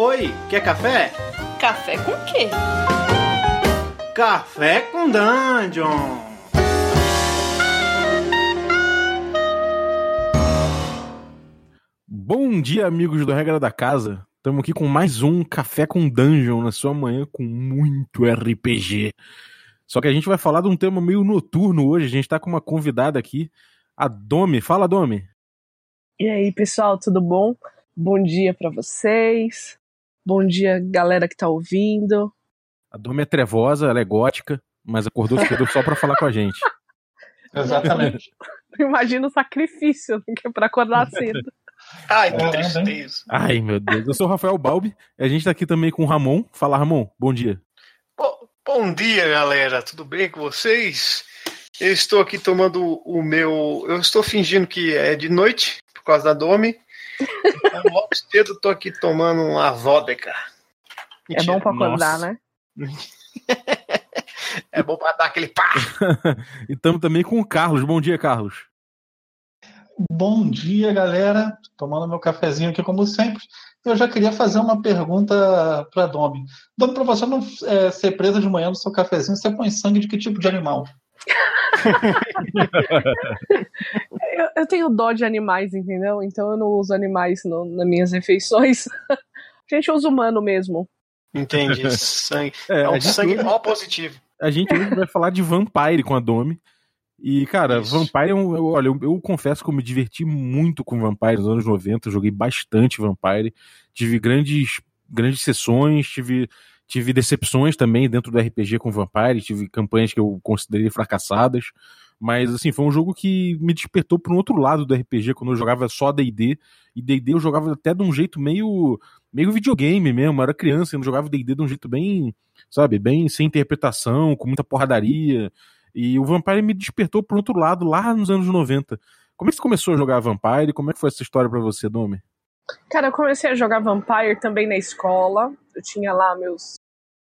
Oi, quer café? Café com quê? Café com Dungeon! Bom dia, amigos do Regra da Casa. Estamos aqui com mais um Café com Dungeon na sua manhã com muito RPG. Só que a gente vai falar de um tema meio noturno hoje. A gente tá com uma convidada aqui, a Domi. Fala, Domi. E aí, pessoal, tudo bom? Bom dia pra vocês. Bom dia, galera que tá ouvindo. A Domi é trevosa, ela é gótica, mas acordou cedo só pra falar com a gente. Exatamente. Imagina o sacrifício pra acordar cedo. Ai, que tristeza. Ai, meu Deus. Eu sou o Rafael Balbi e a gente tá aqui também com o Ramon. Fala, Ramon. Bom dia. Bom dia, galera. Tudo bem com vocês? Eu estou aqui tomando o meu... Eu estou fingindo que é de noite, por causa da Domi. Então, logo cedo, estou aqui tomando uma vodka. É bom pra acordar, né? É bom pra dar aquele pá. E estamos também com o Carlos. Bom dia, Carlos. Bom dia, galera. Tomando meu cafezinho aqui, como sempre. Eu já queria fazer uma pergunta para Domi. Domi, para você não ser presa de manhã no seu cafezinho, você põe sangue de que tipo de animal? Eu tenho dó de animais, entendeu? Então eu não uso animais nas minhas refeições. A gente usa humano mesmo. Entendi. Sangue. É um sangue mal positivo. A gente hoje vai falar de Vampire com a Domi. E, cara, isso. Vampire, olha, eu confesso que eu me diverti muito com Vampire nos anos 90, joguei bastante Vampire, tive grandes sessões, tive decepções também dentro do RPG com Vampire, tive campanhas que eu considerei fracassadas, mas, assim, foi um jogo que me despertou para um outro lado do RPG, quando eu jogava só D&D, e D&D eu jogava até de um jeito meio videogame mesmo, eu era criança, eu não jogava D&D de um jeito bem, sabe, bem sem interpretação, com muita porradaria. E o Vampire me despertou para outro lado lá nos anos 90. Como é que você começou a jogar Vampire? Como é que foi essa história para você, Domi? Cara, eu comecei a jogar Vampire também na escola. Eu tinha lá meus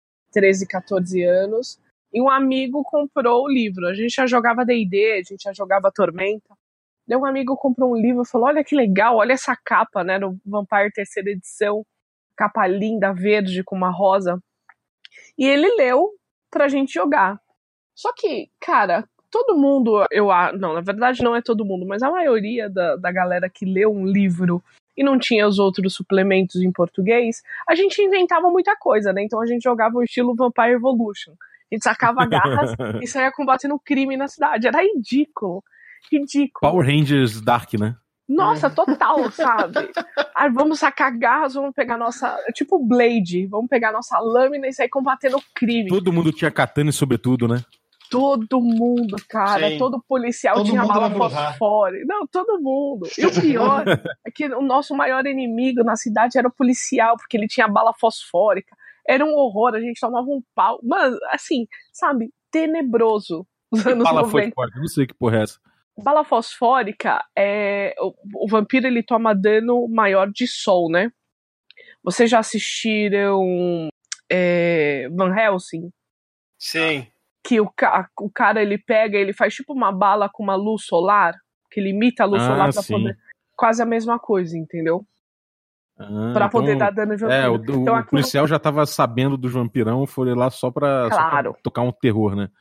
13, 14 anos. E um amigo comprou o livro. A gente já jogava D&D, a gente já jogava Tormenta. Daí um amigo comprou um livro e falou, olha que legal, olha essa capa, né, do Vampire terceira edição. Capa linda, verde, com uma rosa. E ele leu pra gente jogar. Só que, cara, todo mundo, não, na verdade não é todo mundo, mas a maioria da galera que leu um livro e não tinha os outros suplementos em português, a gente inventava muita coisa, né? Então a gente jogava o estilo Vampire Evolution. A gente sacava garras e saía combatendo crime na cidade. Era ridículo. Power Rangers Dark, né? Nossa, total, sabe? Aí vamos sacar garras, vamos pegar nossa... Tipo Blade, vamos pegar nossa lâmina e sair combatendo crime. Todo mundo tinha katana e sobretudo, né? Todo mundo, cara. Sim. Todo policial todo tinha bala fosfórica. Não, todo mundo. E o pior é que o nosso maior inimigo na cidade era o policial, porque ele tinha bala fosfórica. Era um horror, a gente tomava um pau. Mano, assim, sabe? Tenebroso. Os anos bala 90. Fosfórica, não sei que porra é essa. Bala fosfórica é... O vampiro, ele toma dano maior de sol, né? Vocês já assistiram Van Helsing? Sim. Que o cara, ele pega, ele faz tipo uma bala com uma luz solar, que ele imita a luz solar pra poder... Quase a mesma coisa, entendeu? Pra poder dar dano de vampiro. O policial já tava sabendo do vampirão, foi lá só pra tocar um terror, né?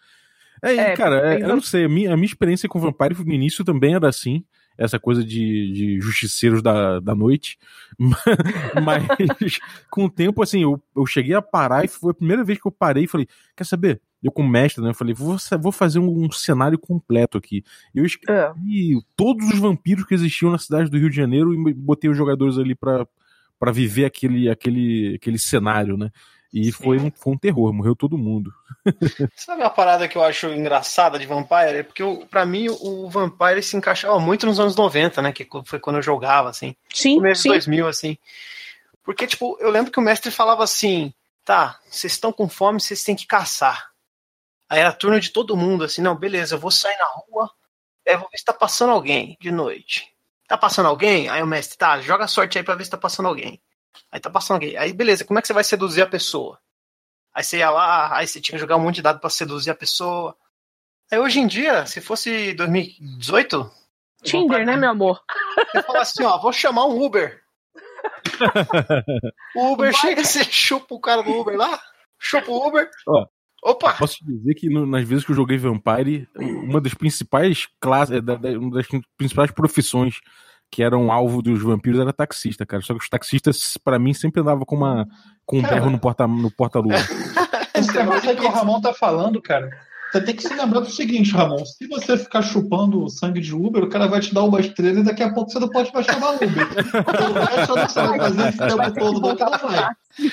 Eu não sei, a minha experiência com Vampire no início também era assim, essa coisa de justiceiros da noite, mas com o tempo, assim, eu cheguei a parar e foi a primeira vez que eu parei e falei, quer saber? Eu com o mestre, né, eu falei, vou fazer um cenário completo aqui. Eu escrevi todos os vampiros que existiam na cidade do Rio de Janeiro e botei os jogadores ali pra viver aquele cenário, né? E foi um terror, morreu todo mundo. Sabe uma parada que eu acho engraçada de Vampire? É porque, pra mim, o Vampire se encaixava muito nos anos 90, né? Que foi quando eu jogava, assim. Sim, começo de 2000, assim. Porque, tipo, eu lembro que o mestre falava assim, tá, vocês estão com fome, vocês têm que caçar. Aí era a turno de todo mundo, assim, não, beleza, eu vou sair na rua, vou ver se tá passando alguém de noite. Tá passando alguém? Aí o mestre, tá, joga a sorte aí pra ver se tá passando alguém. Aí tá passando alguém. Aí beleza, como é que você vai seduzir a pessoa? Aí você ia lá, aí você tinha que jogar um monte de dado pra seduzir a pessoa. Aí hoje em dia, se fosse 2018... Tinder, né, meu amor? Você fala assim, ó, vou chamar um Uber. O Uber chega, você chupa o cara do Uber lá, chupa o Uber. Ó, Opa! posso te dizer que nas vezes que eu joguei Vampire, uma das principais classes, uma das principais profissões que eram alvo dos vampiros era taxista, cara. Só que os taxistas, pra mim, sempre andavam com um berro no porta-luva. Esse negócio aí que o Ramon tá falando, cara, você tem que se lembrar do seguinte, Ramon. Se você ficar chupando o sangue de Uber, o cara vai te dar uma estrela e daqui a pouco você não pode mais chamar Uber. O resto não você vai fazer esse tempo todo, não vai.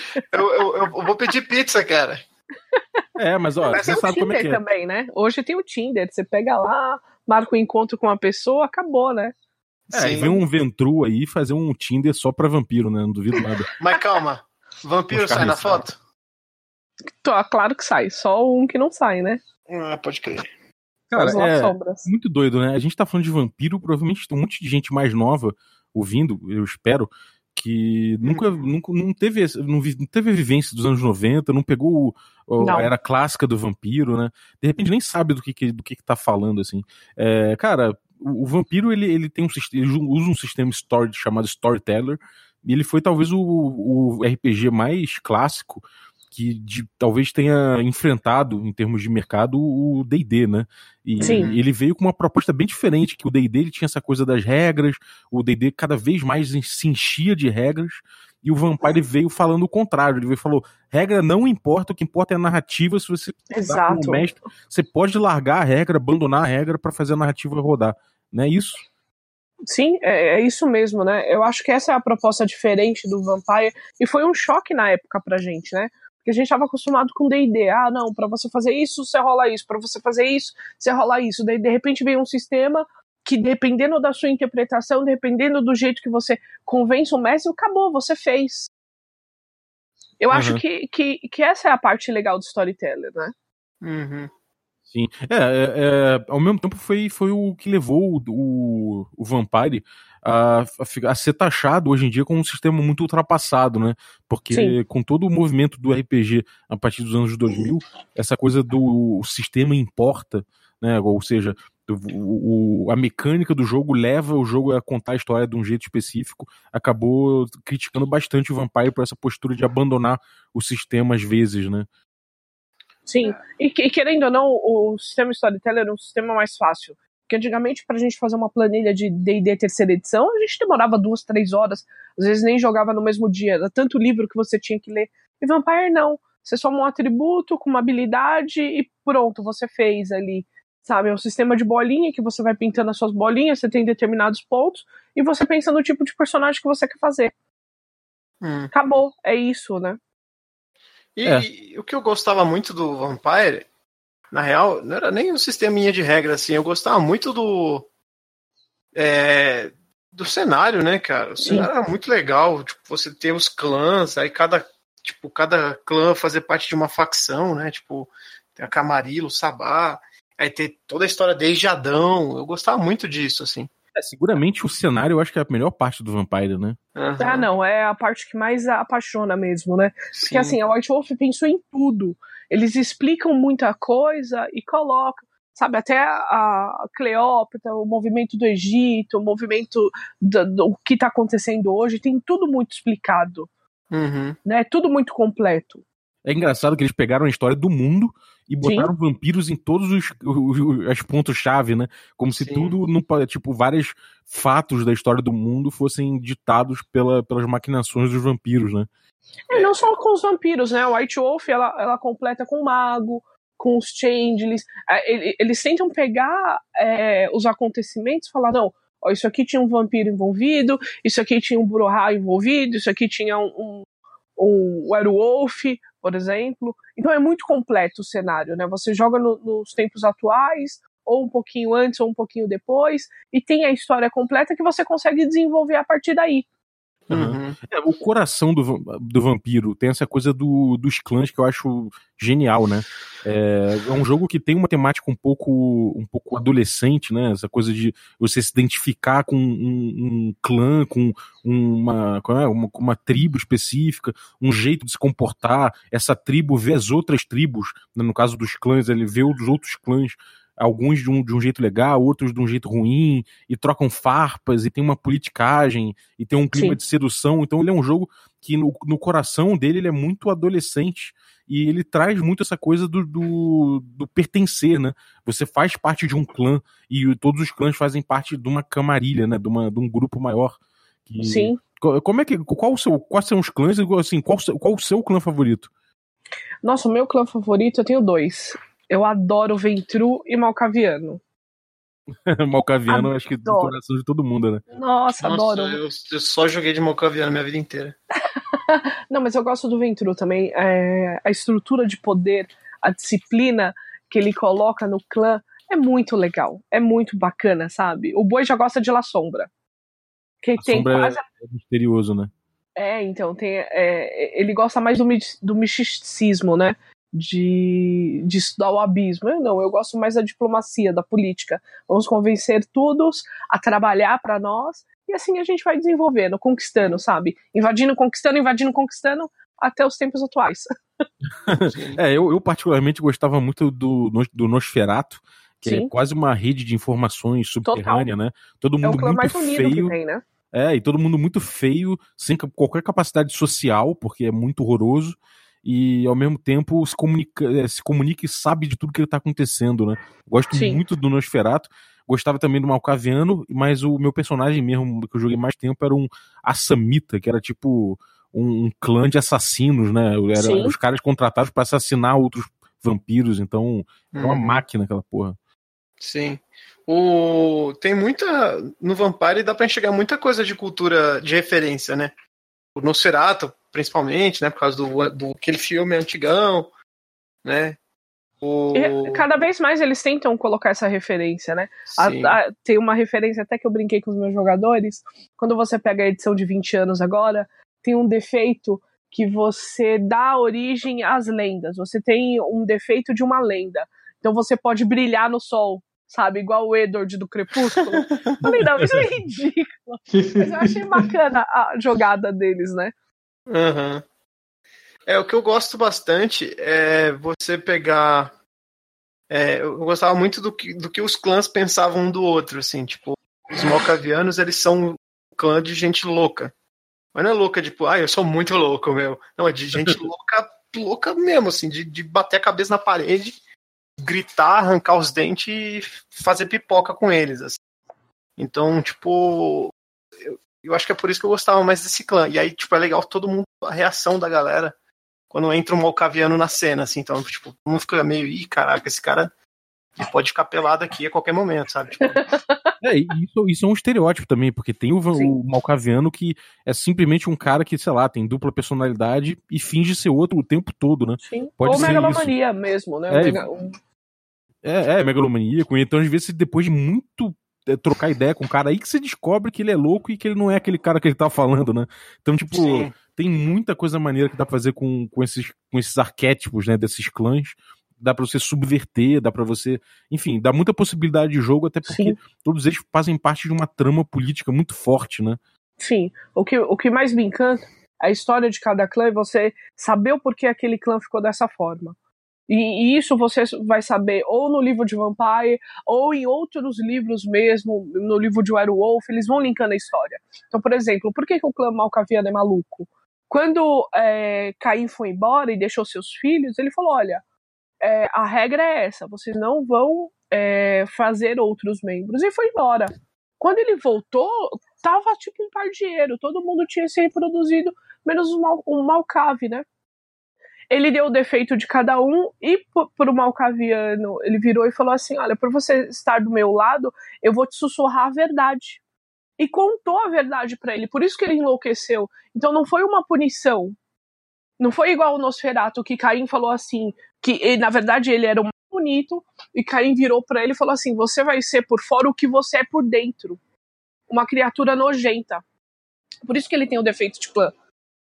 Eu vou pedir pizza, cara. Mas ó, Mas você sabe como é que Tinder é. também, né? Hoje tem o Tinder, você pega lá, marca um encontro com uma pessoa, acabou, né? E vem um Ventru aí fazer um Tinder só pra vampiro, né? Não duvido nada. Mas calma, vampiro sai na foto? Claro que sai, só um que não sai, né? Pode crer. Cara, sombras. Muito doido, né? A gente tá falando de vampiro, provavelmente tem um monte de gente mais nova ouvindo, eu espero, que não teve a vivência dos anos 90, não pegou a era clássica do vampiro, né? De repente nem sabe do que tá falando, assim. Cara, o vampiro, ele tem ele usa um sistema chamado Storyteller, e ele foi talvez o RPG mais clássico que talvez tenha enfrentado, em termos de mercado, o D&D, né? E ele veio com uma proposta bem diferente, que o D&D ele tinha essa coisa das regras, o D&D cada vez mais se enchia de regras, e o Vampire veio falando o contrário. Ele falou, regra não importa, o que importa é a narrativa. Se você dá como mestre, você pode largar a regra, abandonar a regra para fazer a narrativa rodar. Não é isso? Sim, é isso mesmo, né? Eu acho que essa é a proposta diferente do Vampire, e foi um choque na época pra gente, né? Porque a gente estava acostumado com D&D. Não, pra você fazer isso, você rola isso. Pra você fazer isso, você rola isso. Daí, de repente, veio um sistema que, dependendo da sua interpretação, dependendo do jeito que você convence o mestre, acabou, você fez. Eu acho que essa é a parte legal do storyteller, né? Uhum. Sim. Ao mesmo tempo foi o que levou o Vampire a ser taxado hoje em dia como um sistema muito ultrapassado, né? Porque com todo o movimento do RPG a partir dos anos 2000, essa coisa do sistema importa, né? Ou seja, a mecânica do jogo leva o jogo a contar a história de um jeito específico, acabou criticando bastante o Vampire por essa postura de abandonar o sistema às vezes, né? Sim, e querendo ou não, o sistema Storyteller era um sistema mais fácil. Porque antigamente, pra gente fazer uma planilha de D&D terceira edição, a gente demorava 2, 3 horas, às vezes nem jogava no mesmo dia, era tanto livro que você tinha que ler. E Vampire não, você soma um atributo com uma habilidade e pronto, você fez ali, sabe? É um sistema de bolinha que você vai pintando as suas bolinhas, você tem determinados pontos, e você pensa no tipo de personagem que você quer fazer. Acabou, é isso, né? E o que eu gostava muito do Vampire, na real, não era nem um sisteminha de regra, assim, eu gostava muito do cenário, né, cara? O cenário era muito legal, tipo, você ter os clãs, aí cada clã fazer parte de uma facção, né, tipo, tem a Camarilla, o Sabá, aí ter toda a história desde Adão, eu gostava muito disso, assim. Seguramente o cenário eu acho que é a melhor parte do Vampire, né? Uhum. Não, é a parte que mais apaixona mesmo, né? Sim. Porque assim, a White Wolf pensou em tudo. Eles explicam muita coisa e colocam, sabe, até a Cleópatra, o movimento do Egito, o movimento do que está acontecendo hoje, tem tudo muito explicado. Né? Tudo muito completo. É engraçado que eles pegaram a história do mundo e botaram vampiros em todos os pontos-chave, né? Como se tudo, tipo, vários fatos da história do mundo fossem ditados pelas maquinações dos vampiros, né? Não só com os vampiros, né? A White Wolf, ela completa com o mago, com os changelings. Eles tentam pegar os acontecimentos e falar, não, ó, isso aqui tinha um vampiro envolvido, isso aqui tinha um Brohá envolvido, isso aqui tinha um werewolf, por exemplo. Então é muito completo o cenário, né? Você joga nos tempos atuais, ou um pouquinho antes, ou um pouquinho depois, e tem a história completa que você consegue desenvolver a partir daí. O coração do vampiro tem essa coisa dos clãs que eu acho genial, né? É um jogo que tem uma temática um pouco adolescente, né? Essa coisa de você se identificar com um clã, com uma tribo específica, um jeito de se comportar, essa tribo vê as outras tribos, né? No caso dos clãs, ele vê os outros clãs alguns de um jeito legal, outros de um jeito ruim, e trocam farpas, e tem uma politicagem, e tem um clima de sedução. Então ele é um jogo que no coração dele ele é muito adolescente, e ele traz muito essa coisa do pertencer, né? Você faz parte de um clã, e todos os clãs fazem parte de uma camarilha, né? De um grupo maior. Sim. Quais são os clãs? Assim, qual o seu clã favorito? Nossa, o meu clã favorito, eu tenho 2. Eu adoro Ventru e Malkaviano. Malkaviano, acho que do coração de todo mundo, né? Nossa, adoro. Eu só joguei de Malkaviano minha vida inteira. Não, mas eu gosto do Ventru também. A estrutura de poder, a disciplina que ele coloca no clã é muito legal. É muito bacana, sabe? O Boi já gosta de La Sombra. Que tem quase... é misterioso, né? Então, ele gosta mais do misticismo, né? De estudar o abismo. Eu gosto mais da diplomacia, da política. Vamos convencer todos a trabalhar para nós, e assim a gente vai desenvolvendo, conquistando, sabe? Invadindo, conquistando, até os tempos atuais. Eu particularmente gostava muito do Nosferatu, que Sim. é quase uma rede de informações subterrânea, né? Todo mundo é o clã muito mais unido feio. que tem, né? E todo mundo muito feio, sem qualquer capacidade social, porque é muito horroroso, e ao mesmo tempo se comunica e sabe de tudo que está acontecendo, né? Gosto muito do Nosferatu, gostava também do Malkaviano, mas o meu personagem mesmo, que eu joguei mais tempo, era um Assamita, que era tipo um clã de assassinos, né? Eram os caras contratados para assassinar outros vampiros, então era uma máquina aquela porra. Sim. Tem muita... No Vampire dá pra enxergar muita coisa de cultura de referência, né? O Nosferatu, principalmente, né? Por causa do aquele filme antigão, né? E cada vez mais eles tentam colocar essa referência, né? Tem uma referência até que eu brinquei com os meus jogadores. Quando você pega a edição de 20 anos agora, tem um defeito que você dá origem às lendas. Você tem um defeito de uma lenda. Então você pode brilhar no sol, sabe? Igual o Edward do Crepúsculo. Falei, não, isso é ridículo. Mas eu achei bacana a jogada deles, né? Uhum. O que eu gosto bastante é você pegar... eu gostava muito do que os clãs pensavam um do outro, assim, tipo, os Malkavianos, eles são um clã de gente louca. Mas não é louca, tipo, eu sou muito louco, meu. Não, é de gente louca mesmo, assim, de bater a cabeça na parede, gritar, arrancar os dentes e fazer pipoca com eles, assim. Então, tipo, eu acho que é por isso que eu gostava mais desse clã. E aí, tipo, é legal todo mundo, a reação da galera quando entra um Malkaviano na cena, assim. Então, tipo, todo mundo fica meio, caraca, esse cara ele pode ficar pelado aqui a qualquer momento, sabe? Tipo... Isso é um estereótipo também, porque tem o Malkaviano que é simplesmente um cara que, sei lá, tem dupla personalidade e finge ser outro o tempo todo, né? Sim. Pode Ou ser megalomania mesmo, né? Megalomaníaco. Então, às vezes, depois de muito trocar ideia com o cara, aí que você descobre que ele é louco e que ele não é aquele cara que ele tá falando, né? Então, tipo, tem muita coisa maneira que dá pra fazer com esses arquétipos, né, desses clãs. Dá pra você subverter, dá pra você... Enfim, dá muita possibilidade de jogo, até porque todos eles fazem parte de uma trama política muito forte, né? Sim. O que mais me encanta é a história de cada clã e você saber o porquê aquele clã ficou dessa forma. E isso você vai saber ou no livro de Vampire, ou em outros livros mesmo, no livro de Werewolf, eles vão linkando a história. Então, por exemplo, por que o clã Malkaviano é maluco? Quando Caim foi embora e deixou seus filhos, ele falou, olha, a regra é essa, vocês não vão fazer outros membros, e foi embora. Quando ele voltou, tava tipo um pardieiro, todo mundo tinha se reproduzido, menos o Malkavi, né? Ele deu o defeito de cada um, e pro Malkaviano, ele virou e falou assim, olha, por você estar do meu lado, eu vou te sussurrar a verdade. E contou a verdade pra ele, por isso que ele enlouqueceu. Então não foi uma punição. Não foi igual o Nosferatu, que Caim falou assim, que na verdade ele era o mais bonito, e Caim virou pra ele e falou assim, você vai ser por fora o que você é por dentro. Uma criatura nojenta. Por isso que ele tem o defeito de clã.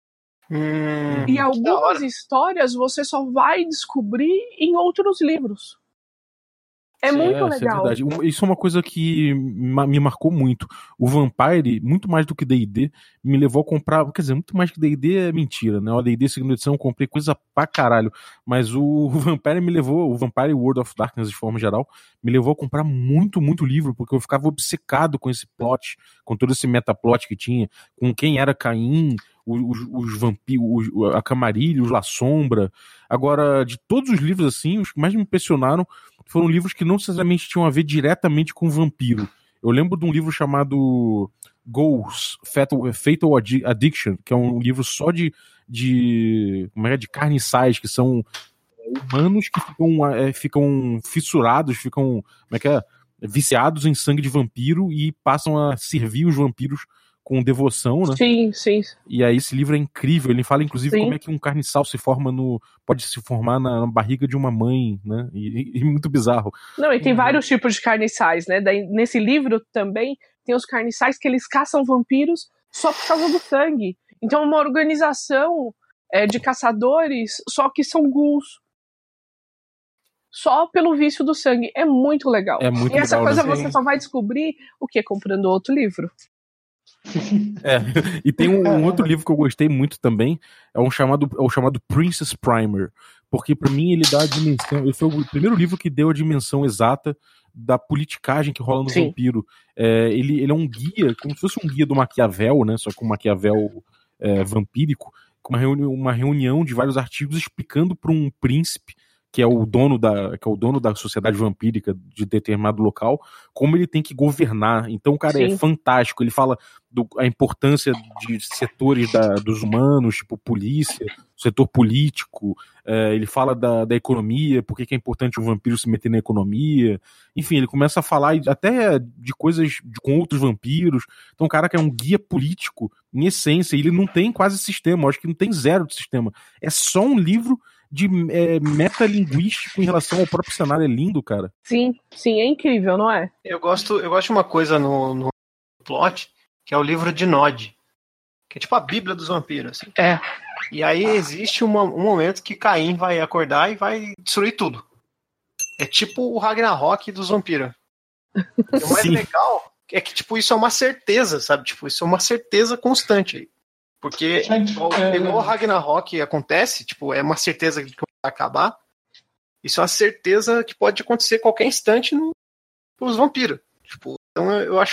E algumas histórias você só vai descobrir em outros livros. É muito Isso é legal. verdade. Isso é uma coisa que me marcou muito. O Vampire, muito mais do que D&D, me levou a comprar. Quer dizer, muito mais que D&D é mentira, né? O D&D segunda edição eu comprei coisa pra caralho. Mas o Vampire me levou, o Vampire World of Darkness de forma geral, me levou a comprar muito, muito livro, porque eu ficava obcecado com esse plot, com todo esse metaplot que tinha, com quem era Caim, os vampiros, a Camarilha, os La Sombra. Agora, de todos os livros, assim, os que mais me impressionaram foram livros que não necessariamente tinham a ver diretamente com vampiro. Eu lembro de um livro chamado Ghosts, Fatal Addiction, que é um livro só de carniçais, que são humanos que ficam fissurados, ficam viciados em sangue de vampiro e passam a servir os vampiros com devoção, né? Sim, sim. E aí esse livro é incrível, ele fala inclusive Sim. como é que um carniçal pode se formar na barriga de uma mãe, né? E muito bizarro. Não, e tem vários tipos de carniçais, né? Daí, nesse livro também tem os carniçais que eles caçam vampiros só por causa do sangue. Então é uma organização de caçadores, só que são ghouls. Só pelo vício do sangue. É muito legal. É muito e essa legal, coisa né? você só vai descobrir o quê? Comprando outro livro. E tem um outro livro que eu gostei muito também, é o chamado Princess Primer, porque pra mim ele dá a dimensão, ele foi o primeiro livro que deu a dimensão exata da politicagem que rola no Sim. vampiro. Ele é um guia, como se fosse um guia do Maquiavel, né? Só que um Maquiavel vampírico, com uma reunião de vários artigos explicando para um príncipe que é o dono da sociedade vampírica de determinado local, como ele tem que governar. Então o cara Sim. é fantástico, ele fala a importância de setores dos humanos, tipo polícia, setor político, ele fala da economia, por que é importante um vampiro se meter na economia, enfim, ele começa a falar até de coisas com outros vampiros. Então o cara que é um guia político, em essência, ele não tem quase sistema, eu acho que não tem zero de sistema, é só um livro de metalinguístico em relação ao próprio cenário. É lindo, cara. Sim, é incrível, não é? Eu gosto de uma coisa no plot, que é o livro de Nod, que é tipo a Bíblia dos vampiros, assim. E aí existe um momento que Caim vai acordar e vai destruir tudo. É tipo o Ragnarok dos vampiros. E o mais legal é que tipo, isso é uma certeza, sabe? Tipo, isso é uma certeza constante aí. Porque igual o Ragnarok acontece, tipo, é uma certeza que vai acabar. Isso é uma certeza que pode acontecer a qualquer instante pros vampiros. Tipo, então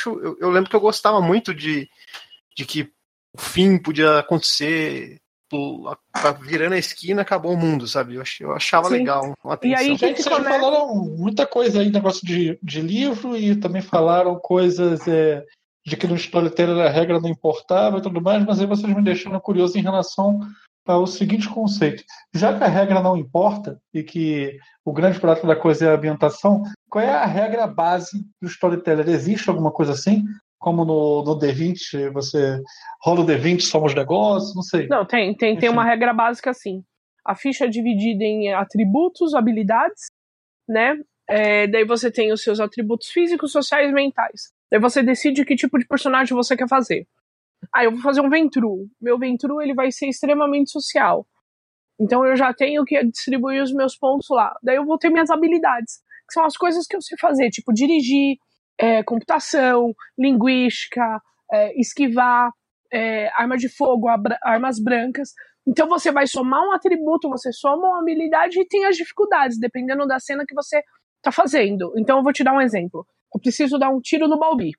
eu lembro que eu gostava muito de que o fim podia acontecer, virando a esquina, acabou o mundo, sabe? Eu achava legal. Uma atenção. E aí, gente, vocês falaram muita coisa aí, negócio de livro, e também falaram coisas de que no storyteller a regra não importava e tudo mais, mas aí vocês me deixaram curioso em relação ao seguinte conceito. Já que a regra não importa e que o grande prato da coisa é a ambientação, qual é a regra base do storyteller? Existe alguma coisa assim? Como no D20, você rola o D20, soma os negócios, não sei. Não, tem uma regra básica assim. A ficha é dividida em atributos, habilidades, né? Daí você tem os seus atributos físicos, sociais e mentais. Daí você decide que tipo de personagem você quer fazer. Eu vou fazer um Ventru. Meu Ventru ele vai ser extremamente social. Então eu já tenho que distribuir os meus pontos lá. Daí eu vou ter minhas habilidades, que são as coisas que eu sei fazer, tipo dirigir, computação, linguística, esquivar, arma de fogo, armas brancas. Então você vai somar um atributo, você soma uma habilidade e tem as dificuldades, dependendo da cena que você tá fazendo. Então eu vou te dar um exemplo. Eu preciso dar um tiro no Balbi.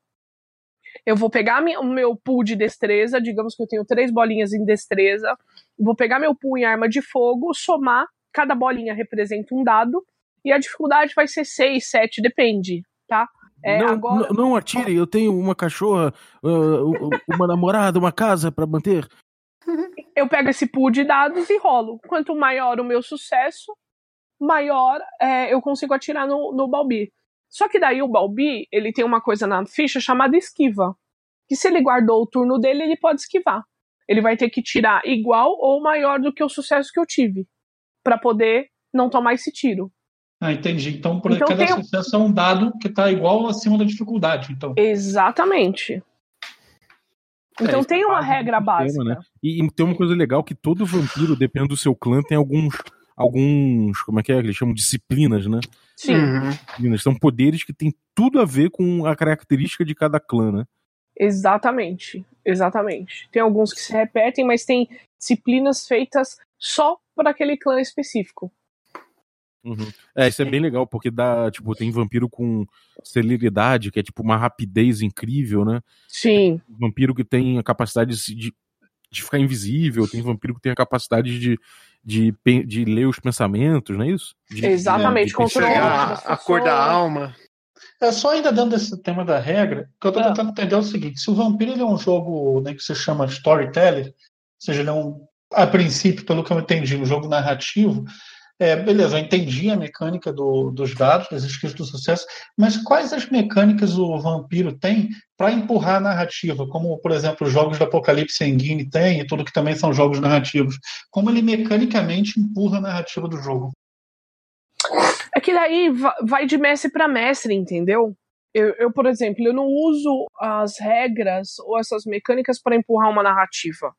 Eu vou pegar o meu pool de destreza, digamos que eu tenho 3 bolinhas em destreza, vou pegar meu pool em arma de fogo, somar, cada bolinha representa um dado, e a dificuldade vai ser 6, 7, depende, tá? Não atire, eu tenho uma cachorra, uma namorada, uma casa pra manter. Eu pego esse pool de dados e rolo. Quanto maior o meu sucesso, maior eu consigo atirar no Balbi. Só que daí o Balbi, ele tem uma coisa na ficha chamada esquiva. Que se ele guardou o turno dele, ele pode esquivar. Ele vai ter que tirar igual ou maior do que o sucesso que eu tive. Pra poder não tomar esse tiro. Entendi. Então cada sucesso é um dado que tá igual ou acima da dificuldade. Então. Exatamente. Então tem uma regra básica. Né? E tem uma coisa legal que todo vampiro, dependendo do seu clã, tem alguns alguns, como é que eles chamam? Disciplinas, né? Sim. Disciplinas. São poderes que têm tudo a ver com a característica de cada clã, né? Exatamente. Tem alguns que se repetem, mas tem disciplinas feitas só para aquele clã específico. Isso é bem legal, porque dá, tipo, tem vampiro com celeridade, que é tipo uma rapidez incrível, né? Sim. Tem vampiro que tem a capacidade de ficar invisível, tem vampiro que tem a capacidade de ler os pensamentos, não é isso? Exatamente, controlar a cor da alma. É só ainda dentro desse tema da regra, que eu tô tentando entender o seguinte: se o Vampiro ele é um jogo, né, que se chama storytelling, ou seja, ele é a princípio, pelo que eu entendi, um jogo narrativo, beleza, eu entendi a mecânica dos dados, das skills do sucesso, mas quais as mecânicas o Vampiro tem para empurrar a narrativa? Como, por exemplo, os jogos do Apocalipse Engine tem, e tudo que também são jogos narrativos. Como ele mecanicamente empurra a narrativa do jogo? É que daí vai de mestre para mestre, entendeu? Eu, por exemplo, eu não uso as regras ou essas mecânicas para empurrar uma narrativa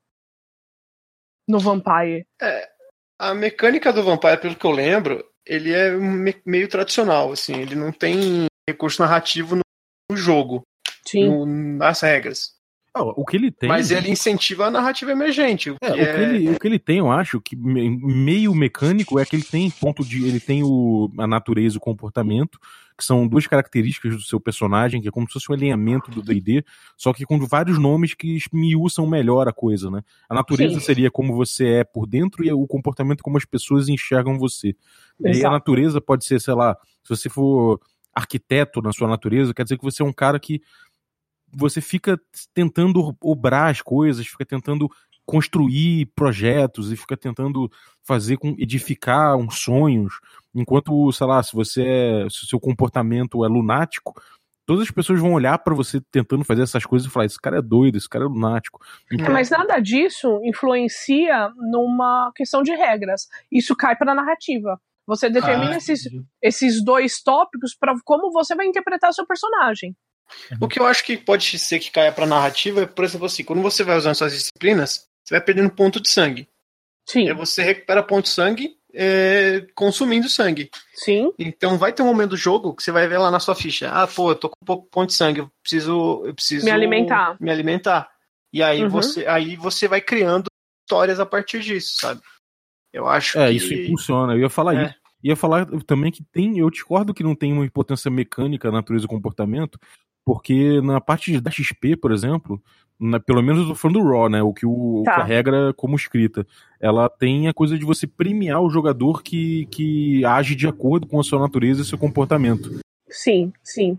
no Vampire. A mecânica do Vampire, pelo que eu lembro, ele é meio tradicional, assim, ele não tem recurso narrativo no jogo, nas regras. O que ele tem... Mas ele incentiva a narrativa emergente. O que ele tem, eu acho, que meio mecânico é que ele tem ele tem a natureza e o comportamento, que são duas características do seu personagem, que é como se fosse um alinhamento do D&D, só que com vários nomes que esmiuçam melhor a coisa, né? A natureza seria como você é por dentro e o comportamento como as pessoas enxergam você. Exato. E a natureza pode ser, sei lá, se você for arquiteto na sua natureza, quer dizer que você é um cara que você fica tentando obrar as coisas, fica tentando construir projetos e fica tentando edificar uns sonhos, enquanto, sei lá, se o seu comportamento é lunático, todas as pessoas vão olhar pra você tentando fazer essas coisas e falar, esse cara é doido, esse cara é lunático. Então... Mas nada disso influencia numa questão de regras. Isso cai pra narrativa. Você determina esses dois tópicos para como você vai interpretar seu personagem. O que eu acho que pode ser que caia pra narrativa é, por exemplo, assim, quando você vai usando suas disciplinas, você vai perdendo ponto de sangue. Sim. E você recupera ponto de sangue consumindo sangue. Sim. Então vai ter um momento do jogo que você vai ver lá na sua ficha, eu tô com pouco ponto de sangue, eu preciso me alimentar. E aí, você vai criando histórias a partir disso, sabe? Eu acho que... isso funciona. Eu ia falar isso. Ia falar também que eu discordo que não tem uma importância mecânica, natureza e comportamento, porque na parte da XP, por exemplo, pelo menos eu tô falando do Raw, né, o que a regra como escrita, ela tem a coisa de você premiar o jogador que age de acordo com a sua natureza e seu comportamento. Sim.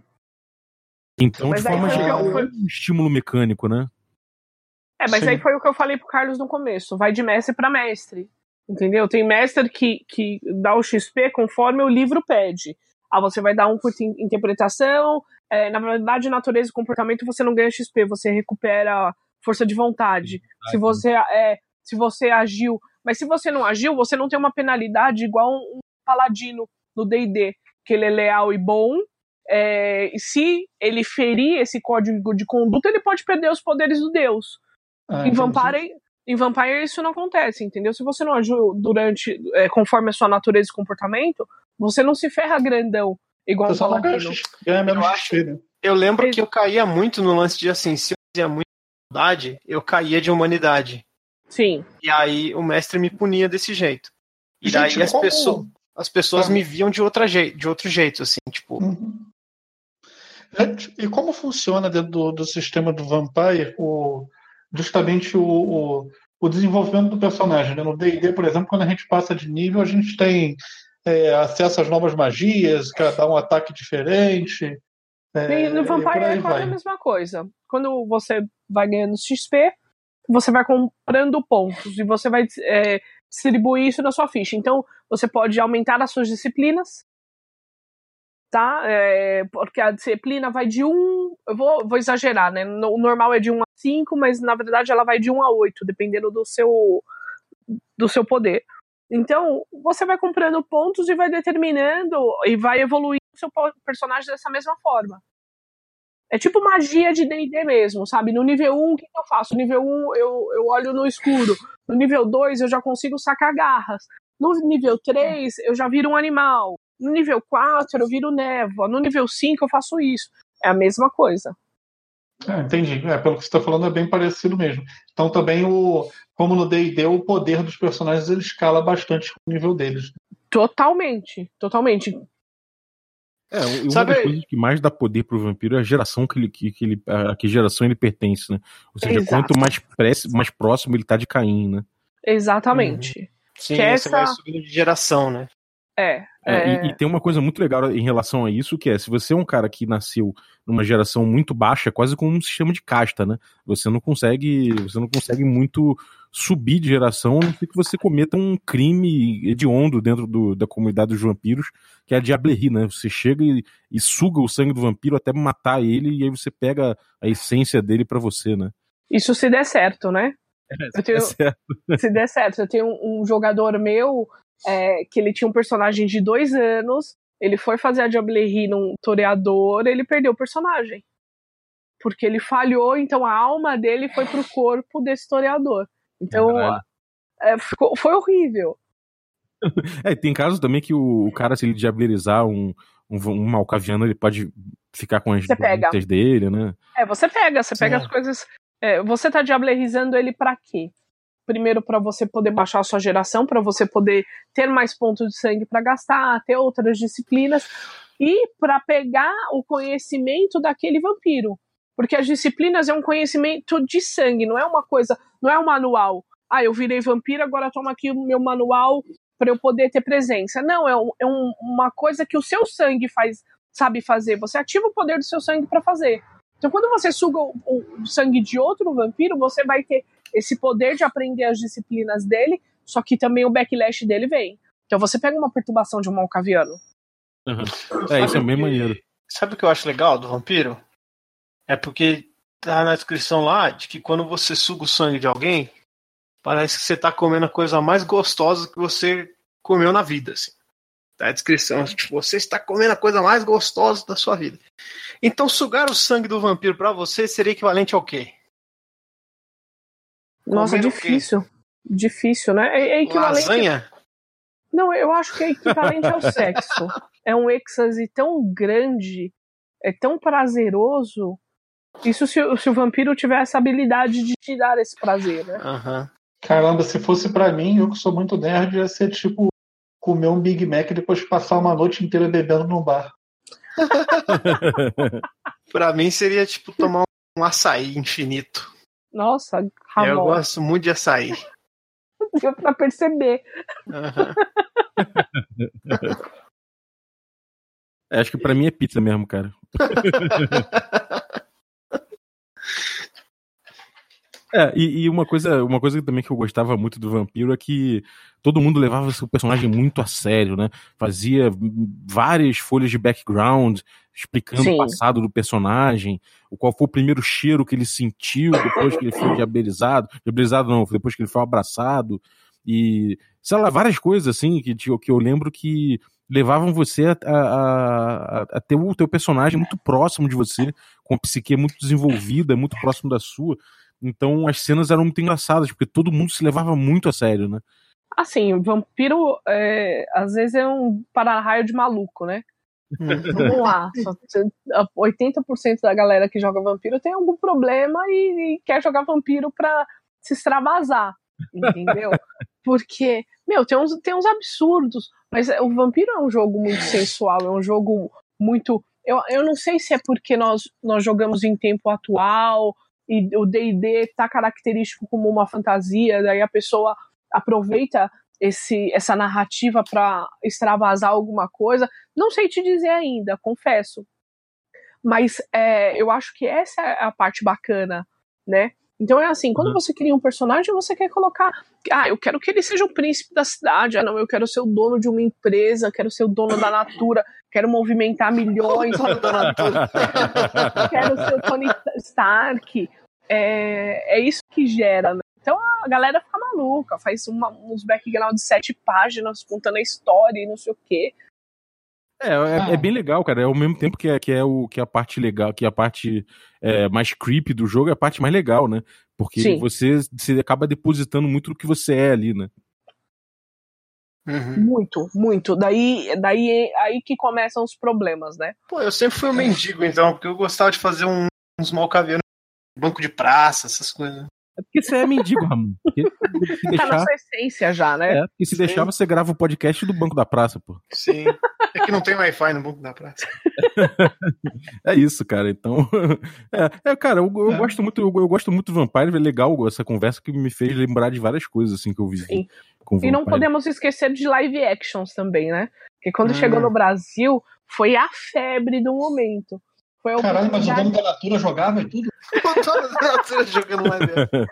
Então, mas de forma geral, é um estímulo mecânico, né? Mas aí foi o que eu falei pro Carlos no começo, vai de mestre para mestre. Entendeu? Tem mestre que dá o XP conforme o livro pede. Você vai dar um por interpretação. Na verdade, natureza e comportamento você não ganha XP, você recupera força de vontade. Se você agiu. Mas se você não agiu, você não tem uma penalidade igual um paladino no D&D, que ele é leal e bom. E se ele ferir esse código de conduta, ele pode perder os poderes do Deus. Em Vampire isso não acontece, entendeu? Se você não agiu conforme a sua natureza e comportamento, você não se ferra grandão, igual um paladino. Eu lembro que eu caía muito no lance de assim, se eu fazia muita maldade, eu caía de humanidade. Sim. E aí o mestre me punia desse jeito. E daí as pessoas me viam de outro jeito, assim, tipo... E como funciona dentro do sistema do Vampire justamente o desenvolvimento do personagem, né? No D&D, por exemplo, quando a gente passa de nível, a gente tem acesso às novas magias, cada um ataque diferente. No Vampire é quase a mesma coisa. Quando você vai ganhando XP, você vai comprando pontos e você vai distribuir isso na sua ficha. Então, você pode aumentar as suas disciplinas, tá? Porque a disciplina vai de 1... Eu vou exagerar, né? O normal é de 1 a 5, mas na verdade ela vai de 1 a 8, dependendo do seu poder. Então, você vai comprando pontos e vai determinando e vai evoluindo o seu personagem dessa mesma forma. É tipo magia de D&D mesmo, sabe? No nível 1, o que eu faço? No nível 1, eu olho no escuro. No nível 2, eu já consigo sacar garras. No nível 3, eu já viro um animal. No nível 4, eu viro névoa. No nível 5, eu faço isso. É a mesma coisa. Entendi. Pelo que você está falando, é bem parecido mesmo. Então também, como no D&D, o poder dos personagens ele escala bastante o nível deles. Totalmente. E uma das coisas que mais dá poder pro vampiro é a geração a que geração ele pertence, né? Ou seja, Exato. quanto mais próximo ele tá de Caim, né? Exatamente. Sim, você vai subindo de geração, né? E tem uma coisa muito legal em relação a isso, que é, se você é um cara que nasceu numa geração muito baixa, é quase como um sistema de casta, né? Você não consegue muito subir de geração, a não ser que você cometa um crime hediondo dentro da comunidade dos vampiros, que é a diablerie, né? Você chega e suga o sangue do vampiro até matar ele, e aí você pega a essência dele pra você, né? Isso se der certo, né? Se der certo. Eu tenho um jogador meu que ele tinha um personagem de 2 anos, ele foi fazer a diablerie num toreador, ele perdeu o personagem. Porque ele falhou, então a alma dele foi pro corpo desse toreador. Então, foi horrível. Tem casos também que o cara, se ele diablerizar um malcaviano, ele pode ficar com as doenças dele, né? Você pega as coisas. Você tá diablerizando ele pra quê? Primeiro, para você poder baixar a sua geração, para você poder ter mais pontos de sangue para gastar, ter outras disciplinas, e para pegar o conhecimento daquele vampiro. Porque as disciplinas é um conhecimento de sangue, não é uma coisa, não é um manual. Eu virei vampiro, agora toma aqui o meu manual para eu poder ter presença. Não, uma coisa que o seu sangue sabe fazer. Você ativa o poder do seu sangue para fazer. Então, quando você suga o sangue de outro vampiro, você vai ter esse poder de aprender as disciplinas dele, só que também o backlash dele vem. Então, você pega uma perturbação de um malcaviano. Isso é bem maneiro. Sabe o que eu acho legal do vampiro? É porque tá na descrição lá de que quando você suga o sangue de alguém, parece que você tá comendo a coisa mais gostosa que você comeu na vida, assim. Tá a descrição, tipo, você está comendo a coisa mais gostosa da sua vida. Então, sugar o sangue do vampiro pra você seria equivalente ao quê? Nossa, difícil. Difícil, né? É equivalente... Lasanha? Não, eu acho que é equivalente ao sexo. É um êxtase tão grande, é tão prazeroso. Isso se o vampiro tiver essa habilidade de te dar esse prazer, né? Caramba, se fosse pra mim, eu que sou muito nerd, ia ser tipo comer um Big Mac e depois passar uma noite inteira bebendo num bar. Pra mim seria tipo tomar um açaí infinito. Nossa, Ramon. Eu gosto muito de açaí. Deu pra perceber. Acho que pra mim é pizza mesmo, cara. E uma coisa também que eu gostava muito do vampiro é que todo mundo levava seu personagem muito a sério, né? Fazia várias folhas de background explicando o passado do personagem, qual foi o primeiro cheiro que ele sentiu depois que ele foi diablerizado. Diablerizado não, depois que ele foi abraçado. E, sei lá, várias coisas assim que eu lembro que levavam você a ter o teu personagem muito próximo de você, com a psique muito desenvolvida, muito próximo da sua. Então as cenas eram muito engraçadas, porque todo mundo se levava muito a sério, né? Assim, o vampiro às vezes é um para-raio de maluco, né? Vamos lá, 80% da galera que joga vampiro tem algum problema e quer jogar vampiro pra se extravasar, entendeu? Porque, tem uns absurdos, mas o vampiro é um jogo muito sensual, é um jogo muito... Eu não sei se é porque nós jogamos em tempo atual e o D&D tá característico como uma fantasia, daí a pessoa aproveita essa narrativa para extravasar alguma coisa. Não sei te dizer ainda, confesso. Mas eu acho que essa é a parte bacana, né? Então é assim, quando você cria um personagem, você quer colocar... eu quero que ele seja o príncipe da cidade. Não, eu quero ser o dono de uma empresa, quero ser o dono da Natura, quero movimentar milhões. Quero ser o Tony Stark. É isso que gera, né? Então a galera fica maluca, faz uns background de 7 páginas contando a história e não sei o quê. É bem legal, cara. É ao mesmo tempo que a parte legal, que a parte mais creepy do jogo é a parte mais legal, né? Porque você acaba depositando muito do que você é ali, né? Muito, muito. Daí aí que começam os problemas, né? Pô, eu sempre fui um mendigo, então, porque eu gostava de fazer uns malcavianos no banco de praça, essas coisas. É porque você é mendigo, Ramon. Tá na sua essência já, né? É, porque se deixar, você grava o podcast do banco da praça, pô. Sim. É que não tem Wi-Fi no banco da praça. É isso, cara. Então. Cara, eu gosto muito do Vampire. É legal essa conversa que me fez lembrar de várias coisas assim que eu vivi. Sim. Com e não podemos esquecer de live actions também, né? Porque quando chegou no Brasil, foi a febre do momento. Foi Caralho, mas o Dono da Natura jogava e tudo? O Dono da Natura jogando live action.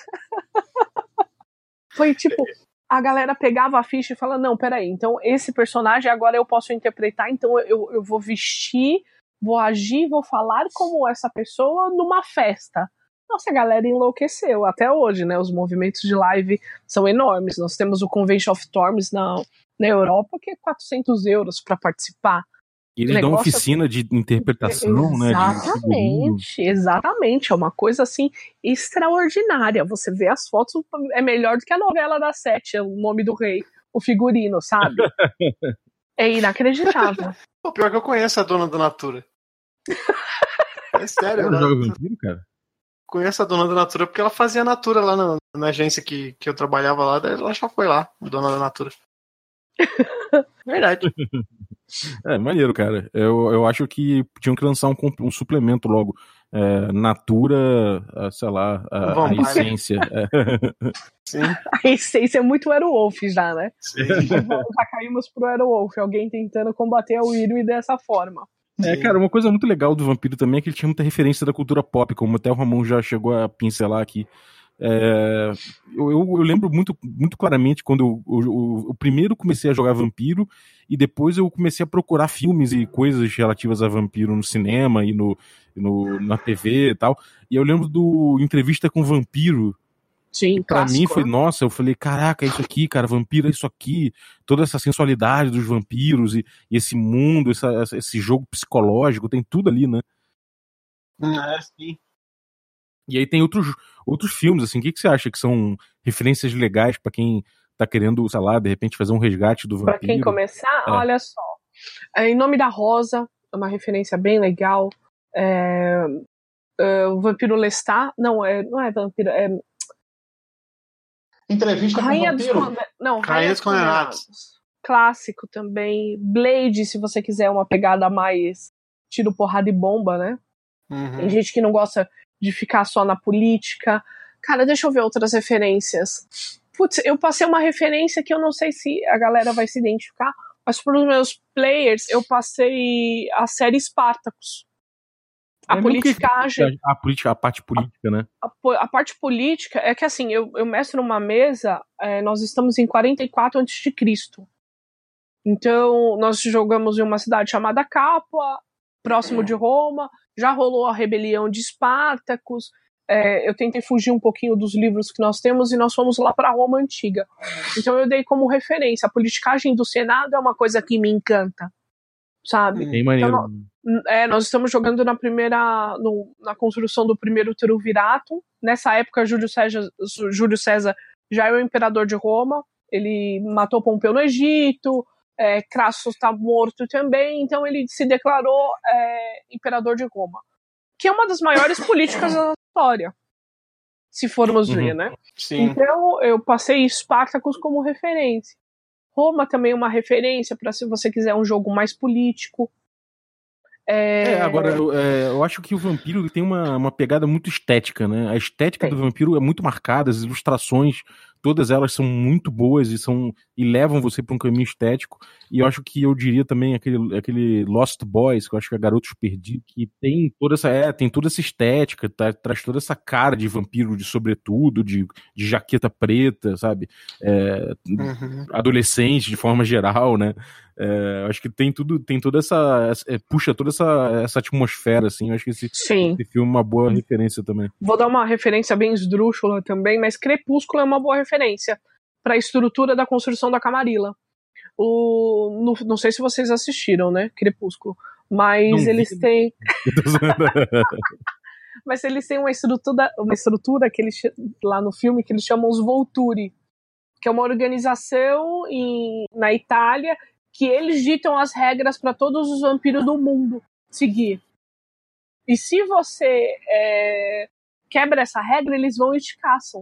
Foi tipo, a galera pegava a ficha e falava, não, peraí, então esse personagem agora eu posso interpretar, então eu vou vestir, vou agir, vou falar como essa pessoa numa festa. Nossa, a galera enlouqueceu, até hoje, né, os movimentos de live são enormes, nós temos o Convention of Thorns na Europa, que é 400 euros para participar. E eles dão oficina de interpretação, exatamente, né? Exatamente, é uma coisa assim extraordinária. Você vê as fotos, é melhor do que a novela da Sete, o nome do rei, o figurino, sabe? É inacreditável. O pior que eu conheço a Dona da Natura. É sério, ela joga vampiro, cara? Conheço a Dona da Natura porque ela fazia Natura lá na agência que eu trabalhava lá, daí ela já foi lá, Dona da Natura. Verdade. É, maneiro, cara. Eu acho que tinham que lançar um suplemento logo. Natura, sei lá, a essência. Sim. A essência é muito Werewolf já, né? Sim. Já caímos pro Werewolf, alguém tentando combater o Irwin dessa forma. Cara, uma coisa muito legal do Vampiro também é que ele tinha muita referência da cultura pop, como até o Ramon já chegou a pincelar aqui. Eu lembro muito, muito claramente quando eu primeiro comecei a jogar Vampiro e depois eu comecei a procurar filmes e coisas relativas a Vampiro no cinema e na TV e tal. E eu lembro do Entrevista com Vampiro. Sim, pra clássico, mim foi, né? nossa, eu falei, caraca, é isso aqui, cara, vampiro é isso aqui, toda essa sensualidade dos vampiros e esse mundo, esse jogo psicológico, tem tudo ali, né? Sim. E aí tem outros filmes, assim, o que você acha que são referências legais pra quem tá querendo, sei lá, de repente fazer um resgate do vampiro? Pra quem começar, olha só. Em Nome da Rosa, é uma referência bem legal. O Vampiro Lestat, não é vampiro, Entrevista com Rainha Vampiro? Rainha dos Condenados. Clássico também. Blade, se você quiser uma pegada mais tiro, porrada e bomba, né? Tem gente que não gosta de ficar só na política. Cara, deixa eu ver outras referências. Putz, eu passei uma referência que eu não sei se a galera vai se identificar, mas para os meus players eu passei a série Spartacus. A politicagem. A parte política, né? A parte política é que, assim, eu mestro uma mesa, nós estamos em 44 a.C. Então, nós jogamos em uma cidade chamada Capua, próximo de Roma, já rolou a rebelião de Espartacus, eu tentei fugir um pouquinho dos livros que nós temos e nós fomos lá para Roma Antiga. Então, eu dei como referência. A politicagem do Senado é uma coisa que me encanta, sabe? Bem maneiro. Então, nós estamos jogando na construção do primeiro Triunvirato. Nessa época, Júlio César já é o imperador de Roma. Ele matou Pompeu no Egito. Crassus está morto também. Então, ele se declarou imperador de Roma, que é uma das maiores políticas da história, se formos ver, né? Sim. Então, eu passei Spartacus como referência. Roma também é uma referência para, se você quiser um jogo mais político. Agora, eu acho que o Vampiro tem uma pegada muito estética, né? A estética do Vampiro é muito marcada, as ilustrações, todas elas são muito boas e levam você para um caminho estético. E eu acho que eu diria também aquele Lost Boys, que eu acho que é Garotos Perdidos, que tem toda essa estética, traz toda essa cara de vampiro, de sobretudo, de jaqueta preta, sabe? Adolescente, de forma geral, né? Acho que tem toda essa puxa toda essa atmosfera, assim. Eu acho que esse filme é uma boa referência também. Vou dar uma referência bem esdrúxula também, mas Crepúsculo é uma boa referência para a estrutura da construção da Camarilla. Não sei se vocês assistiram, né, Crepúsculo, mas eles têm mas eles têm uma estrutura que eles, lá no filme, que eles chamam os Volturi, que é uma organização na Itália, que eles ditam as regras para todos os vampiros do mundo seguir. E se você quebra essa regra, eles vão e te caçam.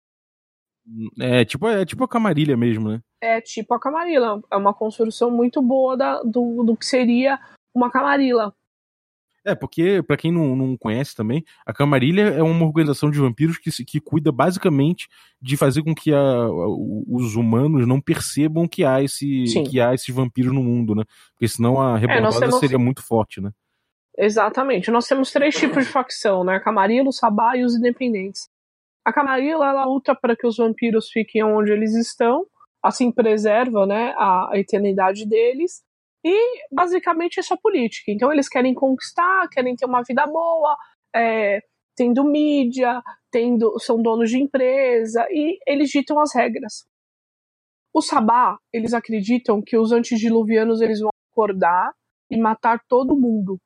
É tipo a Camarilha mesmo, né? É tipo a Camarilla. É uma construção muito boa do que seria uma Camarilla. Porque, pra quem não conhece também, a Camarilha é uma organização de vampiros que cuida basicamente de fazer com que os humanos não percebam que há esses vampiros no mundo, né? Porque senão a rebordosa seria muito forte, né? Exatamente. Nós temos 3 tipos de facção, né? A Camarilla, o Sabá e os independentes. A Camarilla, ela luta para que os vampiros fiquem onde eles estão, assim preserva, né, a eternidade deles, e basicamente é só política. Então eles querem conquistar, querem ter uma vida boa, tendo mídia, são donos de empresa, e eles ditam as regras. O Sabá, eles acreditam que os antediluvianos eles vão acordar e matar todo mundo.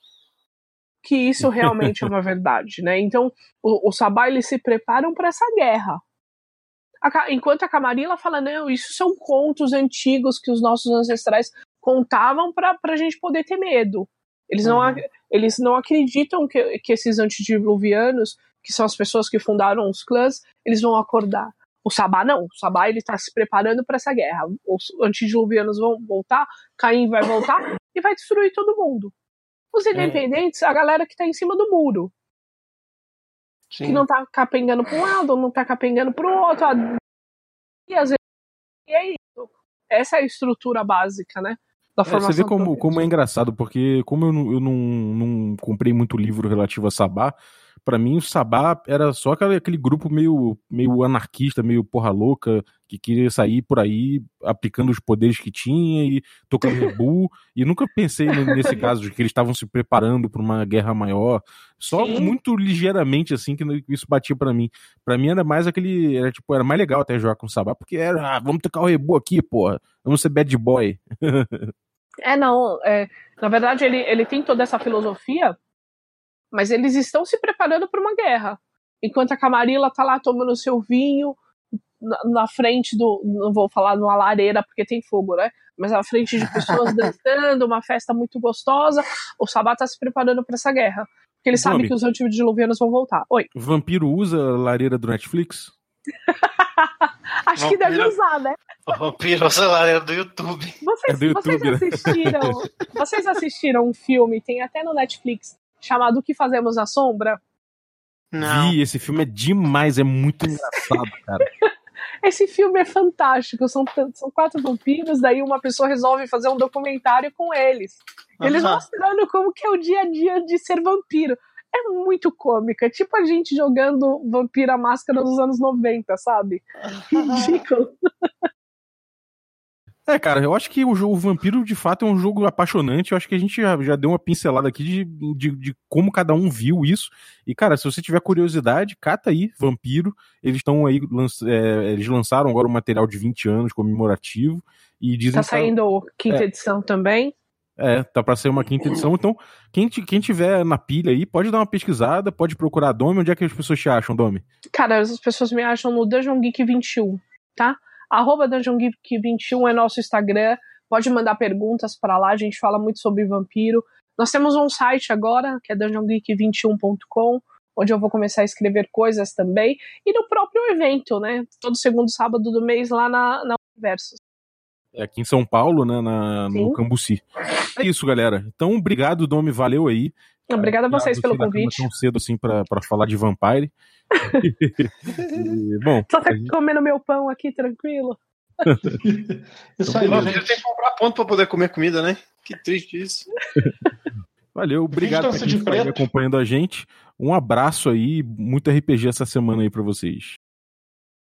Que isso realmente é uma verdade, né? Então, o Sabá, eles se preparam para essa guerra. Enquanto a Camarilla fala, não, isso são contos antigos que os nossos ancestrais contavam para a gente poder ter medo. Eles não acreditam que esses antediluvianos, que são as pessoas que fundaram os clãs, eles vão acordar. O Sabá não. O Sabá, ele está se preparando para essa guerra. Os antediluvianos vão voltar, Caim vai voltar e vai destruir todo mundo. Os independentes, a galera que tá em cima do muro. Sim. Que não tá capengando para um lado, não tá capengando para o outro. E às vezes é isso. Essa é a estrutura básica, né? Da formação. Você vê como é engraçado, porque como eu não comprei muito livro relativo a Sabá, pra mim o Sabá era só aquele grupo meio anarquista, meio porra louca, que queria sair por aí aplicando os poderes que tinha e tocando rebu. E nunca pensei nesse caso de que eles estavam se preparando para uma guerra maior. Só Sim. muito ligeiramente assim que isso batia pra mim. Pra mim era mais era mais legal até jogar com o Sabá, porque era, vamos tocar o rebu aqui, porra. Vamos ser bad boy. Na verdade ele tem toda essa filosofia, mas eles estão se preparando para uma guerra. Enquanto a Camarilla tá lá tomando seu vinho na frente não vou falar numa lareira porque tem fogo, né? Mas na frente de pessoas dançando, uma festa muito gostosa, o Sabá tá se preparando para essa guerra. Porque ele sabe que os antediluvianos vão voltar. Oi. O vampiro usa a lareira do Netflix? Acho que deve usar, né? O vampiro usa a lareira do YouTube. Vocês assistiram um filme, tem até no Netflix, chamado O que Fazemos na Sombra? Não. Vi, esse filme é demais, é muito engraçado, cara. Esse filme é fantástico, são 4 vampiros, daí uma pessoa resolve fazer um documentário com eles. Eles mostrando como que é o dia a dia de ser vampiro. É muito cômica, tipo a gente jogando Vampira Máscara dos anos 90, sabe? Ridículo. Cara, eu acho que o Vampiro, de fato, é um jogo apaixonante. Eu acho que a gente já deu uma pincelada aqui de como cada um viu isso. E, cara, se você tiver curiosidade, cata aí, Vampiro. Eles estão aí, eles lançaram agora um material de 20 anos comemorativo. E dizem tá saindo quinta edição também. Tá pra sair uma 5ª edição. Então, quem tiver na pilha aí, pode dar uma pesquisada, pode procurar a Domi. Onde é que as pessoas te acham, Domi? Cara, as pessoas me acham no Dungeon Geek 21, tá? @Dungeon Geek 21 é nosso Instagram. Pode mandar perguntas pra lá, a gente fala muito sobre vampiro. Nós temos um site agora, que é dungeongeek21.com, onde eu vou começar a escrever coisas também. E no próprio evento, né? Todo segundo sábado do mês lá na Universos. Aqui em São Paulo, né, no Cambuci. É isso, galera. Então, obrigado, Domi, valeu aí. Obrigada a vocês pelo convite. Tão cedo assim pra falar de Vampire. Bom, só tá comendo meu pão aqui, tranquilo. Isso aí, gente tem que comprar ponto pra poder comer comida, né? Que triste isso. Valeu, obrigado por quem está acompanhando a gente. Um abraço aí, muito RPG essa semana aí pra vocês.